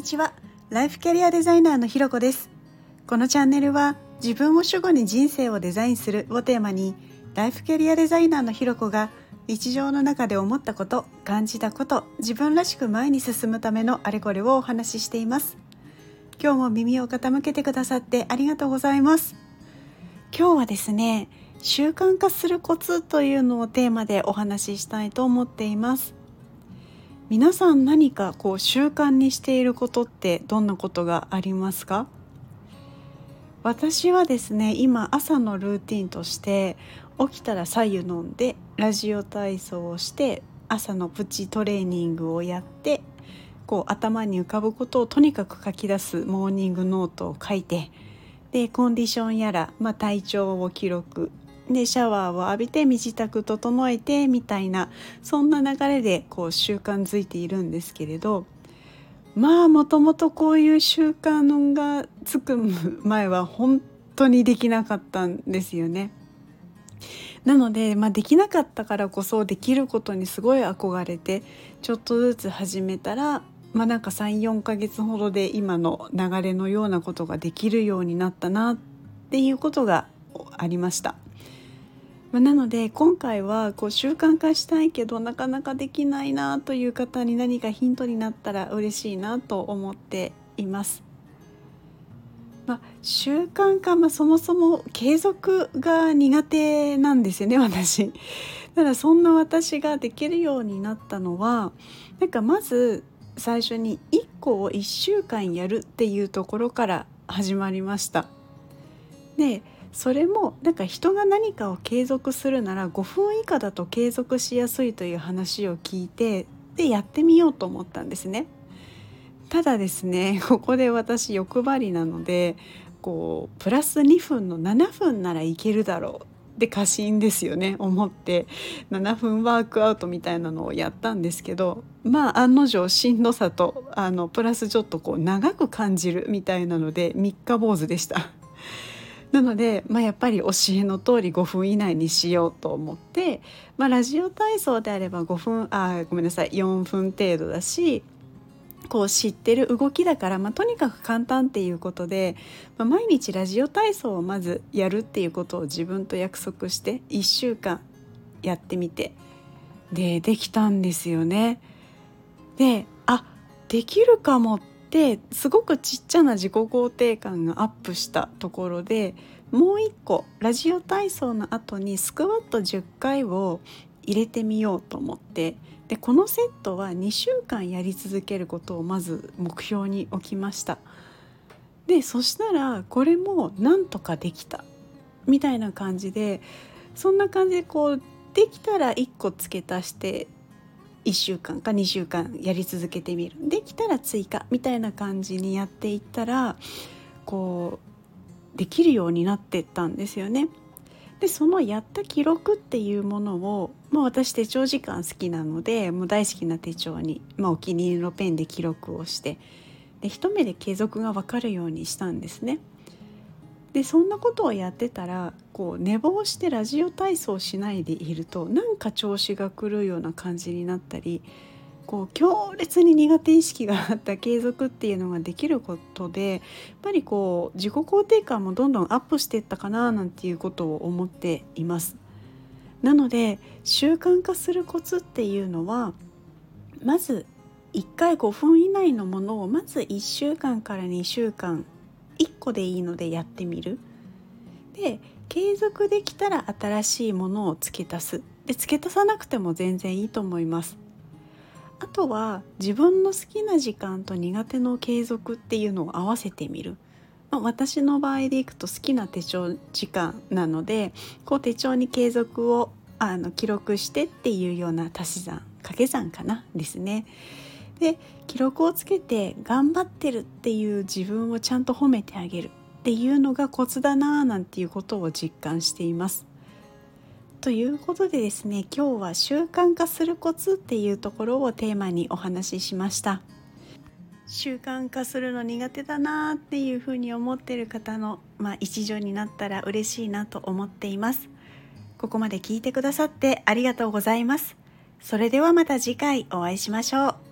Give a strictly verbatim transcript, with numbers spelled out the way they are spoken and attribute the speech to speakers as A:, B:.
A: にちは。ライフキャリアデザイナーのひろこです。このチャンネルは自分を主語に人生をデザインするをテーマに、ライフキャリアデザイナーのひろこが日常の中で思ったこと、感じたこと、自分らしく前に進むためのあれこれをお話ししています。今日も耳を傾けてくださってありがとうございます。今日はですね、習慣化するコツというのをテーマでお話ししたいと思っています。皆さん何かこう習慣にしていることってどんなことがありますか？私はですね、今朝のルーティンとして起きたら白湯飲んでラジオ体操をして朝のプチトレーニングをやってこう頭に浮かぶことをとにかく書き出すモーニングノートを書いて、でコンディションやら、まあ、体調を記録でシャワーを浴びて身支度整えてみたいな、そんな流れでこう習慣づいているんですけれど、まあもともとこういう習慣がつく前は本当にできなかったんですよね。なので、まあ、できなかったからこそできることにすごい憧れてちょっとずつ始めたら、まあ、なんかさん、よんかげつほどで今の流れのようなことができるようになったなっていうことがありました。まあ、なので今回はこう習慣化したいけどなかなかできないなという方に何かヒントになったら嬉しいなと思っています。まあ、習慣化、まあ、そもそも継続が苦手なんですよね、私。ただそんな私ができるようになったのは、なんかまず最初にいっこをいっしゅうかんやるっていうところから始まりました。でそれもなんか人が何かを継続するならごふん以下だと継続しやすいという話を聞いて、でやってみようと思ったんですね。ただですね、ここで私欲張りなので、こうプラスにふんのななふんならいけるだろうで過信ですよね、思ってななふんワークアウトみたいなのをやったんですけど、まあ案の定しんどさとあのプラスちょっとこう長く感じるみたいなので三日坊主でしたなので、まあ、やっぱり教えの通りごふん以内にしようと思って、まあ、ラジオ体操であればごふんあごめんなさいよんぷん程度だし、こう知ってる動きだから、まあ、とにかく簡単っていうことで、まあ、毎日ラジオ体操をまずやるっていうことを自分と約束していっしゅうかんやってみて、でできたんですよね。であできるかもってすごくちっちゃな自己肯定感がアップしたところで、もう一個ラジオ体操の後にスクワットじゅっかいを入れてみようと思って、でこのセットはにしゅうかんやり続けることをまず目標に置きました。でそしたらこれもなんとかできたみたいな感じで、そんな感じでこうできたらいっこ付け足していっしゅうかんかにしゅうかんやり続けてみる、できたら追加みたいな感じにやっていったら、こうできるようになっていったんですよね。でそのやった記録っていうものを、まあ、私手帳時間好きなのでもう大好きな手帳に、まあ、お気に入りのペンで記録をして、で一目で継続が分かるようにしたんですね。でそんなことをやってたら、こう寝坊してラジオ体操しないでいるとなんか調子が狂うような感じになったり、こう強烈に苦手意識があった継続っていうのができることで、やっぱりこう自己肯定感もどんどんアップしていったかななんていうことを思っています。なので習慣化するコツっていうのは、まずいっかいごふん以内のものをまずいっしゅうかんからにしゅうかんいっこでいいのでやってみる。で継続できたら新しいものを付け足す。で付け足さなくても全然いいと思います。あとは自分の好きな時間と苦手の継続っていうのを合わせてみる。まあ、私の場合でいくと好きな手帳時間なので、こう手帳に継続をあの記録してっていうような足し算掛け算かなですね。で記録をつけて頑張ってるっていう自分をちゃんと褒めてあげるっていうのがコツだななんていうことを実感しています。ということでですね、今日は習慣化するコツっていうところをテーマにお話ししました。習慣化するの苦手だなっていうふうに思っている方の、まあ、一助になったら嬉しいなと思っています。ここまで聞いてくださってありがとうございます。それではまた次回お会いしましょう。